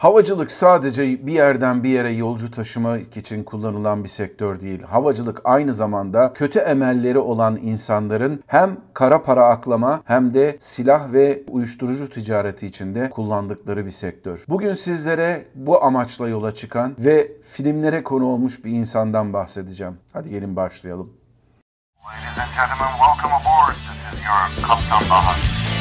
Havacılık sadece bir yerden bir yere yolcu taşımak için kullanılan bir sektör değil. Havacılık aynı zamanda kötü emelleri olan insanların hem kara para aklama hem de silah ve uyuşturucu ticareti içinde kullandıkları bir sektör. Bugün sizlere bu amaçla yola çıkan ve filmlere konu olmuş bir insandan bahsedeceğim. Hadi gelin başlayalım. Ladies and gentlemen, welcome aboard. This is your Kaptan Baha.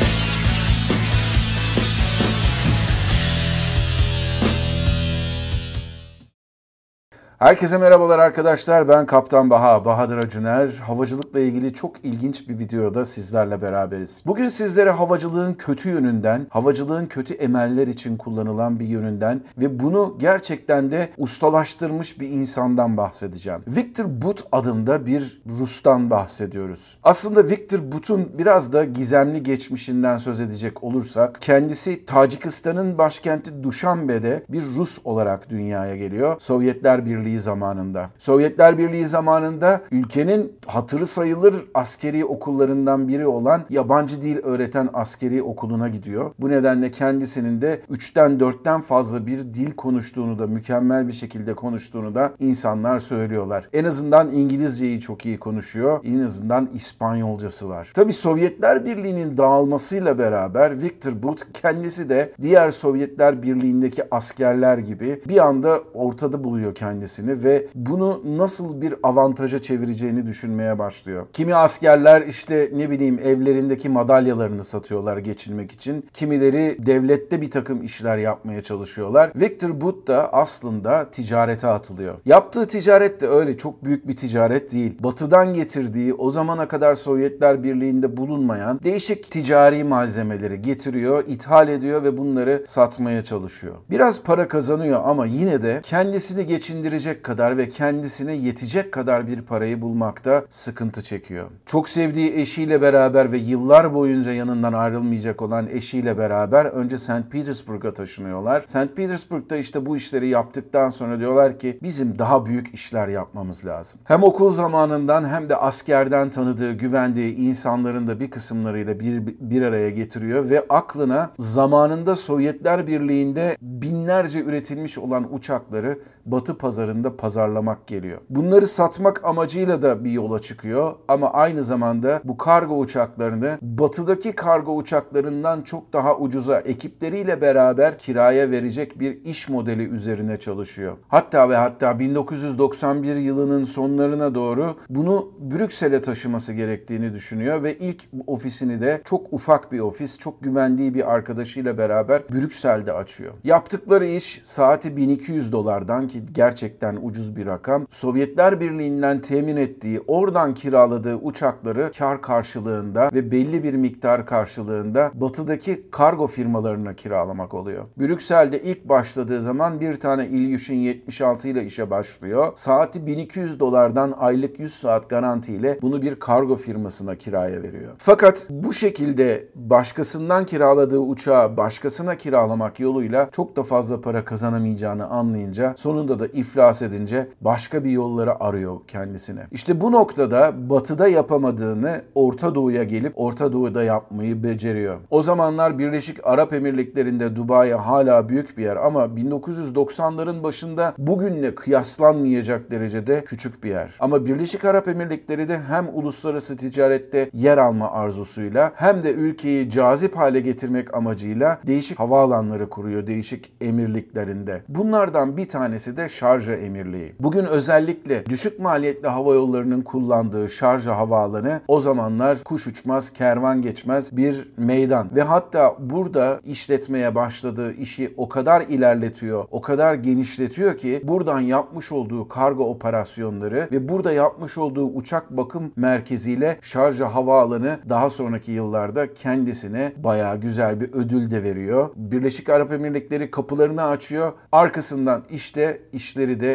Herkese merhabalar arkadaşlar. Ben Kaptan Baha, Bahadır Acuner. Havacılıkla ilgili çok ilginç bir videoda sizlerle beraberiz. Bugün sizlere havacılığın kötü yönünden, havacılığın kötü emeller için kullanılan bir yönünden ve bunu gerçekten de ustalaştırmış bir insandan bahsedeceğim. Victor Butt adında bir Rus'tan bahsediyoruz. Aslında Victor Butt'un biraz da gizemli geçmişinden söz edecek olursak, kendisi Tacikistan'ın başkenti Duşanbe'de bir Rus olarak dünyaya geliyor. Sovyetler Birliği zamanında. Sovyetler Birliği zamanında ülkenin hatırı sayılır askeri okullarından biri olan yabancı dil öğreten askeri okuluna gidiyor. Bu nedenle kendisinin de 3'ten 4'ten fazla bir dil konuştuğunu da mükemmel bir şekilde konuştuğunu da insanlar söylüyorlar. En azından İngilizceyi çok iyi konuşuyor. En azından İspanyolcası var. Tabii Sovyetler Birliği'nin dağılmasıyla beraber Victor Butt kendisi de diğer Sovyetler Birliği'ndeki askerler gibi bir anda ortada buluyor kendisini ve bunu nasıl bir avantaja çevireceğini düşünmeye başlıyor. Kimi askerler işte ne bileyim evlerindeki madalyalarını satıyorlar geçinmek için. Kimileri devlette bir takım işler yapmaya çalışıyorlar. Victor Butt da aslında ticarete atılıyor. Yaptığı ticaret de öyle çok büyük bir ticaret değil. Batı'dan getirdiği o zamana kadar Sovyetler Birliği'nde bulunmayan değişik ticari malzemeleri getiriyor, ithal ediyor ve bunları satmaya çalışıyor. Biraz para kazanıyor ama yine de kendisini geçindirecek kadar ve kendisine yetecek kadar bir parayı bulmakta sıkıntı çekiyor. Çok sevdiği eşiyle beraber ve yıllar boyunca yanından ayrılmayacak olan eşiyle beraber önce St. Petersburg'a taşınıyorlar. St. Petersburg'da işte bu işleri yaptıktan sonra diyorlar ki bizim daha büyük işler yapmamız lazım. Hem okul zamanından hem de askerden tanıdığı, güvendiği insanların da bir kısımlarıyla bir araya getiriyor ve aklına zamanında Sovyetler Birliği'nde binlerce üretilmiş olan uçakları Batı pazarında pazarlamak geliyor. Bunları satmak amacıyla da bir yola çıkıyor ama aynı zamanda bu kargo uçaklarını Batı'daki kargo uçaklarından çok daha ucuza ekipleriyle beraber kiraya verecek bir iş modeli üzerine çalışıyor. Hatta 1991 yılının sonlarına doğru bunu Brüksel'e taşıması gerektiğini düşünüyor ve ilk ofisini de çok ufak bir ofis, çok güvendiği bir arkadaşıyla beraber Brüksel'de açıyor. Yaptıkları iş saati $1200 ki gerçekten ucuz bir rakam. Sovyetler Birliği'nden temin ettiği, oradan kiraladığı uçakları kar karşılığında ve belli bir miktar karşılığında Batı'daki kargo firmalarına kiralamak oluyor. Brüksel'de ilk başladığı zaman bir tane Ilyushin 76 ile işe başlıyor. Saati $1200'dan aylık 100 saat garantiyle bunu bir kargo firmasına kiraya veriyor. Fakat bu şekilde başkasından kiraladığı uçağı başkasına kiralamak yoluyla çok da fazla para kazanamayacağını anlayınca sonunda da iflas edince başka bir yolları arıyor kendisine. İşte bu noktada Batı'da yapamadığını Orta Doğu'ya gelip Orta Doğu'da yapmayı beceriyor. O zamanlar Birleşik Arap Emirlikleri'nde Dubai hala büyük bir yer ama 1990'ların başında bugünle kıyaslanmayacak derecede küçük bir yer. Ama Birleşik Arap Emirlikleri de hem uluslararası ticarette yer alma arzusuyla hem de ülkeyi cazip hale getirmek amacıyla değişik havaalanları kuruyor değişik emirliklerinde. Bunlardan bir tanesi de Şarja Emirliği. Bugün özellikle düşük maliyetli hava yollarının kullandığı Şarja Havaalanı o zamanlar kuş uçmaz, kervan geçmez bir meydan. Ve hatta burada işletmeye başladığı işi o kadar ilerletiyor, o kadar genişletiyor ki buradan yapmış olduğu kargo operasyonları ve burada yapmış olduğu uçak bakım merkeziyle Şarja Havaalanı daha sonraki yıllarda kendisine bayağı güzel bir ödül de veriyor. Birleşik Arap Emirlikleri kapılarını açıyor. Arkasından işte işleri de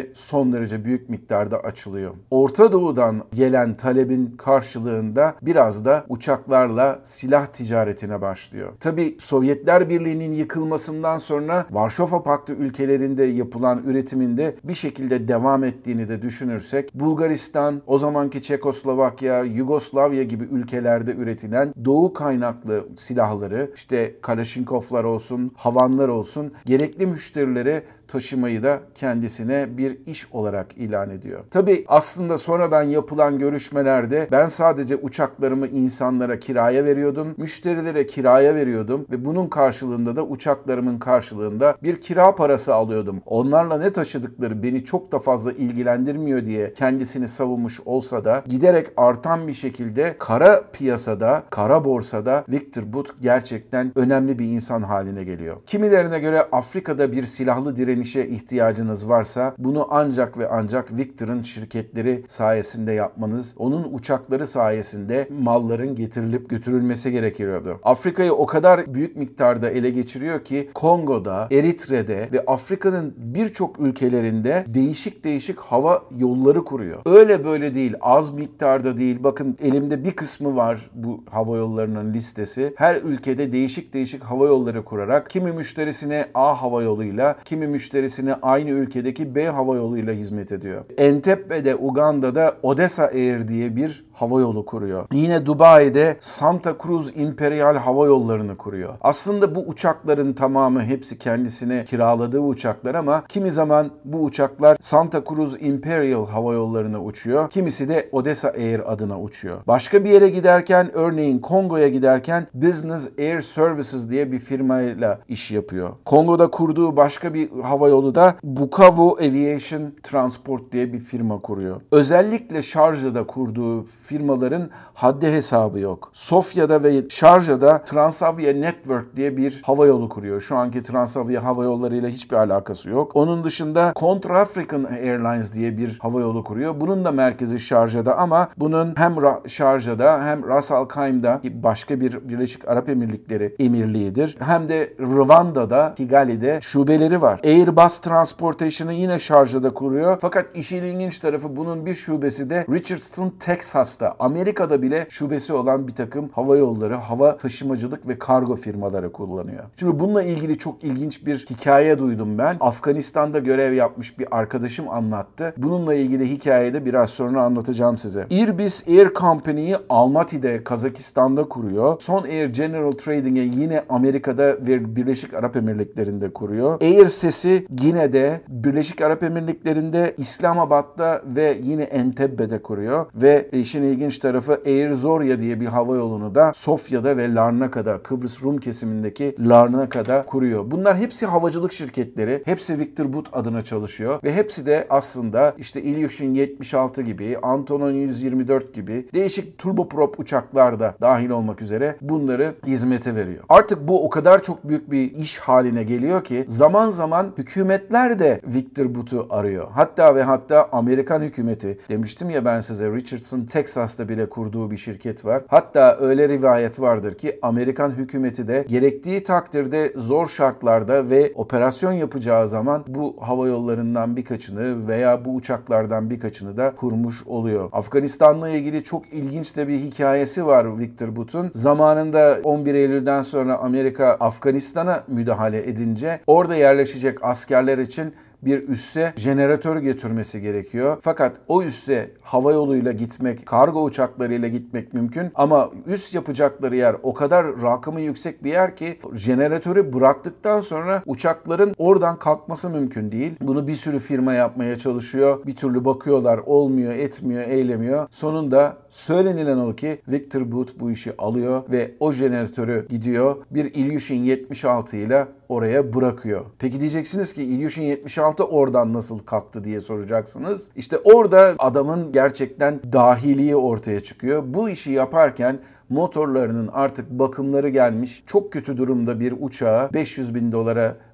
ve son derece büyük miktarda açılıyor. Orta Doğu'dan gelen talebin karşılığında biraz da uçaklarla silah ticaretine başlıyor. Tabii Sovyetler Birliği'nin yıkılmasından sonra Varşova Paktı ülkelerinde yapılan üretiminde bir şekilde devam ettiğini de düşünürsek, Bulgaristan, o zamanki Çekoslovakya, Yugoslavya gibi ülkelerde üretilen Doğu kaynaklı silahları, işte Kalaşnikovlar olsun, Havanlar olsun, gerekli müşterilere taşımayı da kendisine bir iş olarak ilan ediyor. Tabii aslında sonradan yapılan görüşmelerde ben sadece uçaklarımı insanlara kiraya veriyordum, müşterilere kiraya veriyordum ve bunun karşılığında da uçaklarımın karşılığında bir kira parası alıyordum. Onlarla ne taşıdıkları beni çok da fazla ilgilendirmiyor diye kendisini savunmuş olsa da giderek artan bir şekilde kara piyasada, kara borsada Victor Bout gerçekten önemli bir insan haline geliyor. Kimilerine göre Afrika'da bir silahlı direnişe ihtiyacınız varsa bunu ancak ve ancak Victor'ın şirketleri sayesinde yapmanız, onun uçakları sayesinde malların getirilip götürülmesi gerekiyordu. Afrika'yı o kadar büyük miktarda ele geçiriyor ki Kongo'da, Eritre'de ve Afrika'nın birçok ülkelerinde değişik hava yolları kuruyor. Öyle böyle değil, az miktarda değil. Bakın elimde bir kısmı var bu hava yollarının listesi. Her ülkede değişik hava yolları kurarak kimi müşterisine A hava yoluyla, kimi müşterisine aynı ülkedeki B hava yoluyla hizmet ediyor. Entebbe'de, Uganda'da Odessa Air diye bir hava yolu kuruyor. Yine Dubai'de Santa Cruz Imperial Hava Yolları'nı kuruyor. Aslında bu uçakların tamamı hepsi kendisine kiraladığı uçaklar ama kimi zaman bu uçaklar Santa Cruz Imperial Hava Yolları'na uçuyor. Kimisi de Odessa Air adına uçuyor. Başka bir yere giderken, örneğin Kongo'ya giderken Business Air Services diye bir firmayla iş yapıyor. Kongo'da kurduğu başka bir hava yolu da Bukavu Aviation Transport diye bir firma kuruyor. Özellikle Şarja'da kurduğu firmaların haddi hesabı yok. Sofya'da ve Şarja'da Transavia Network diye bir hava yolu kuruyor. Şu anki Transavia hava yollarıyla hiçbir alakası yok. Onun dışında Contra-African Airlines diye bir hava yolu kuruyor. Bunun da merkezi Şarja'da ama bunun hem Şarja'da hem Ras Al Khaim'da başka bir Birleşik Arap Emirlikleri emirliğidir. Hem de Rwanda'da, Kigali'de şubeleri var. Airbus Transportation'ı yine Şarja'da kuruyor. Fakat işin ilginç tarafı bunun bir şubesi de Richardson, Texas'ta. Amerika'da bile şubesi olan bir takım hava yolları, hava taşımacılık ve kargo firmaları kullanıyor. Şimdi bununla ilgili çok ilginç bir hikaye duydum ben. Afganistan'da görev yapmış bir arkadaşım anlattı. Bununla ilgili hikayeyi de biraz sonra anlatacağım size. Irbis Air Company'yi Almaty'de, Kazakistan'da kuruyor. Son Air General Trading'e yine Amerika'da ve Birleşik Arap Emirlikleri'nde kuruyor. Air Ses'i Gine'de, Birleşik Arap Emirlikleri'nde, İslamabad'da ve yine Entebbe'de kuruyor. Ve işin ilginç tarafı Air Zorya diye bir hava yolunu da Sofya'da ve Larnaka'da, Kıbrıs Rum kesimindeki Larnaka'da kuruyor. Bunlar hepsi havacılık şirketleri. Hepsi Victor Bout adına çalışıyor ve hepsi de aslında işte Ilyushin 76 gibi, Antonov 124 gibi değişik turboprop uçaklar da dahil olmak üzere bunları hizmete veriyor. Artık bu o kadar çok büyük bir iş haline geliyor ki zaman zaman hükümetler de Victor Bout'u arıyor. Hatta ve hatta Amerikan hükümeti, demiştim ya ben size, Richardson Texas'ta bile kurduğu bir şirket var. Hatta öyle rivayet vardır ki Amerikan hükümeti de gerektiği takdirde zor şartlarda ve operasyon yapacağı zaman bu hava yollarından birkaçını veya bu uçaklardan birkaçını da kurmuş oluyor. Afganistan'la ilgili çok ilginç de bir hikayesi var Victor Bout'un. Zamanında 11 Eylül'den sonra Amerika Afganistan'a müdahale edince orada yerleşecek askerler için bir üsse jeneratör götürmesi gerekiyor. Fakat o üsse hava yoluyla gitmek, kargo uçaklarıyla gitmek mümkün ama üs yapacakları yer o kadar rakımı yüksek bir yer ki jeneratörü bıraktıktan sonra uçakların oradan kalkması mümkün değil. Bunu bir sürü firma yapmaya çalışıyor. Bir türlü bakıyorlar, olmuyor, etmiyor, eylemiyor. Sonunda söylenilen o ki Victor Bout bu işi alıyor ve o jeneratörü gidiyor bir Ilyushin 76 ile oraya bırakıyor. Peki diyeceksiniz ki Ilyushin 76 oradan nasıl kalktı diye soracaksınız. İşte orada adamın gerçekten dahiliği ortaya çıkıyor. Bu işi yaparken motorlarının artık bakımları gelmiş, çok kötü durumda bir uçağı $500.000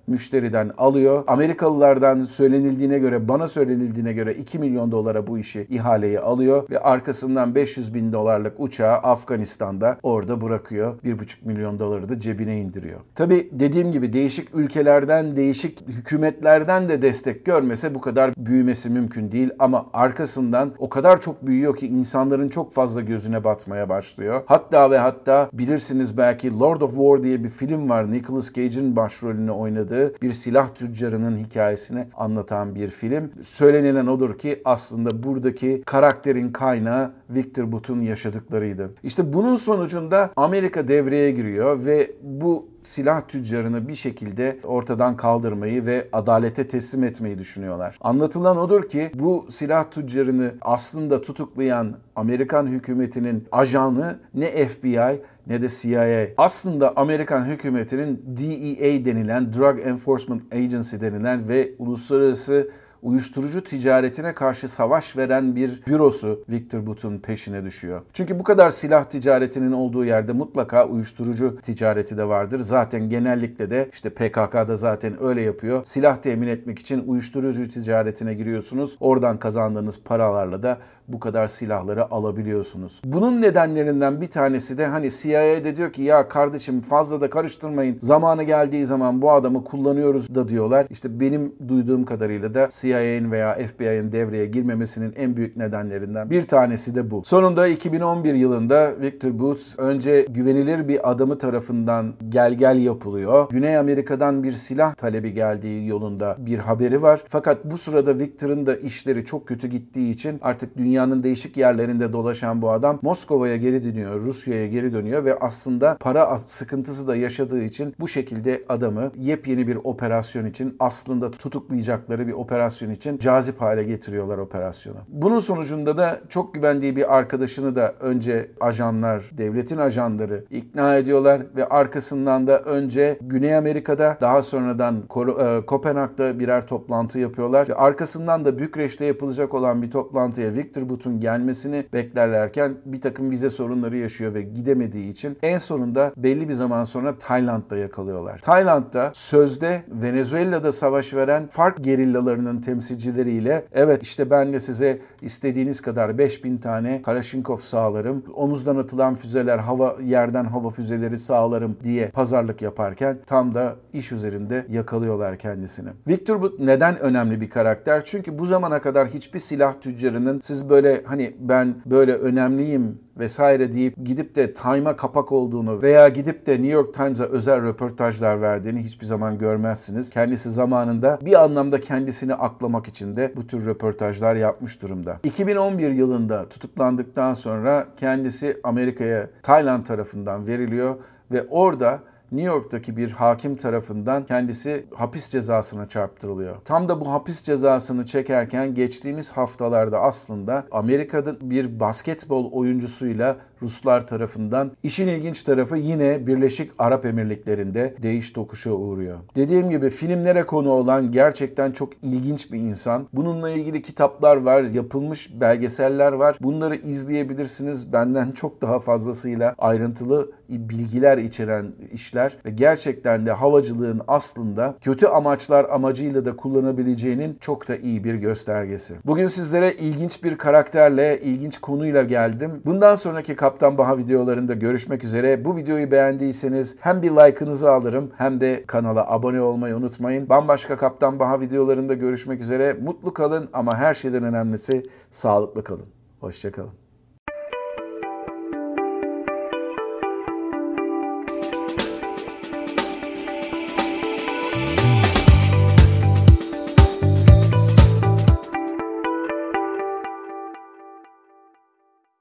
müşteriden alıyor. Amerikalılardan söylenildiğine göre, bana söylenildiğine göre 2 milyon dolara bu işi, ihaleyi alıyor ve arkasından 500 bin dolarlık uçağı Afganistan'da orada bırakıyor. 1,5 milyon doları da cebine indiriyor. Tabii dediğim gibi değişik ülkelerden, değişik hükümetlerden de destek görmese bu kadar büyümesi mümkün değil ama arkasından o kadar çok büyüyor ki insanların çok fazla gözüne batmaya başlıyor. Hatta ve hatta bilirsiniz belki Lord of War diye bir film var. Nicolas Cage'in başrolünü oynadığı bir silah tüccarının hikayesini anlatan bir film. Söylenilen odur ki aslında buradaki karakterin kaynağı Victor Bout'un yaşadıklarıydı. İşte bunun sonucunda Amerika devreye giriyor ve bu silah tüccarını bir şekilde ortadan kaldırmayı ve adalete teslim etmeyi düşünüyorlar. Anlatılan odur ki bu silah tüccarını aslında tutuklayan Amerikan hükümetinin ajanı ne FBI ne de CIA. Aslında Amerikan hükümetinin DEA denilen, Drug Enforcement Agency denilen ve uluslararası uyuşturucu ticaretine karşı savaş veren bir bürosu Victor Bout'un peşine düşüyor. Çünkü bu kadar silah ticaretinin olduğu yerde mutlaka uyuşturucu ticareti de vardır. Zaten genellikle de işte PKK'da zaten öyle yapıyor. Silah temin etmek için uyuşturucu ticaretine giriyorsunuz. Oradan kazandığınız paralarla da bu kadar silahları alabiliyorsunuz. Bunun nedenlerinden bir tanesi de hani CIA'de diyor ki ya kardeşim fazla da karıştırmayın. Zamanı geldiği zaman bu adamı kullanıyoruz da diyorlar. İşte benim duyduğum kadarıyla da CIA'nin veya FBI'nin devreye girmemesinin en büyük nedenlerinden bir tanesi de bu. Sonunda 2011 yılında Victor Bout önce güvenilir bir adamı tarafından gel yapılıyor. Güney Amerika'dan bir silah talebi geldiği yolunda bir haberi var. Fakat bu sırada Victor'ın da işleri çok kötü gittiği için artık dünyanın değişik yerlerinde dolaşan bu adam Moskova'ya geri dönüyor, Rusya'ya geri dönüyor ve aslında para sıkıntısı da yaşadığı için bu şekilde adamı yepyeni bir operasyon için aslında tutuklayacakları bir operasyon için cazip hale getiriyorlar operasyonu. Bunun sonucunda da çok güvendiği bir arkadaşını da önce ajanlar, devletin ajanları ikna ediyorlar ve arkasından da önce Güney Amerika'da daha sonradan Kopenhag'da birer toplantı yapıyorlar ve arkasından da Bükreş'te yapılacak olan bir toplantıya Victor Bout'un gelmesini beklerlerken bir takım vize sorunları yaşıyor ve gidemediği için en sonunda belli bir zaman sonra Tayland'da yakalıyorlar. Tayland'da sözde Venezuela'da savaş veren FARC gerillalarının temsilcileriyle evet işte ben de size istediğiniz kadar 5000 tane Kalashnikov sağlarım, omuzdan atılan füzeler, yerden hava füzeleri sağlarım diye pazarlık yaparken tam da iş üzerinde yakalıyorlar kendisini. Victor Bout neden önemli bir karakter? Çünkü bu zamana kadar hiçbir silah tüccarının siz böyle hani ben böyle önemliyim vesaire deyip gidip de Time'a kapak olduğunu veya gidip de New York Times'a özel röportajlar verdiğini hiçbir zaman görmezsiniz. Kendisi zamanında bir anlamda kendisini aklamak için de bu tür röportajlar yapmış durumda. 2011 yılında tutuklandıktan sonra kendisi Amerika'ya Tayland tarafından veriliyor ve orada New York'taki bir hakim tarafından kendisi hapis cezasına çarptırılıyor. Tam da bu hapis cezasını çekerken geçtiğimiz haftalarda aslında Amerika'da bir basketbol oyuncusuyla Ruslar tarafından işin ilginç tarafı yine Birleşik Arap Emirlikleri'nde değiş tokuşa uğruyor. Dediğim gibi filmlere konu olan gerçekten çok ilginç bir insan. Bununla ilgili kitaplar var, yapılmış belgeseller var. Bunları izleyebilirsiniz. Benden çok daha fazlasıyla ayrıntılı bilgiler içeren işler ve gerçekten de havacılığın aslında kötü amaçlar amacıyla da kullanabileceğinin çok da iyi bir göstergesi. Bugün sizlere ilginç bir karakterle, ilginç konuyla geldim. Bundan sonraki Kaptan Baha videolarında görüşmek üzere. Bu videoyu beğendiyseniz hem bir like'ınızı alırım hem de kanala abone olmayı unutmayın. Bambaşka Kaptan Baha videolarında görüşmek üzere. Mutlu kalın ama her şeyden önemlisi sağlıklı kalın. Hoşça kalın.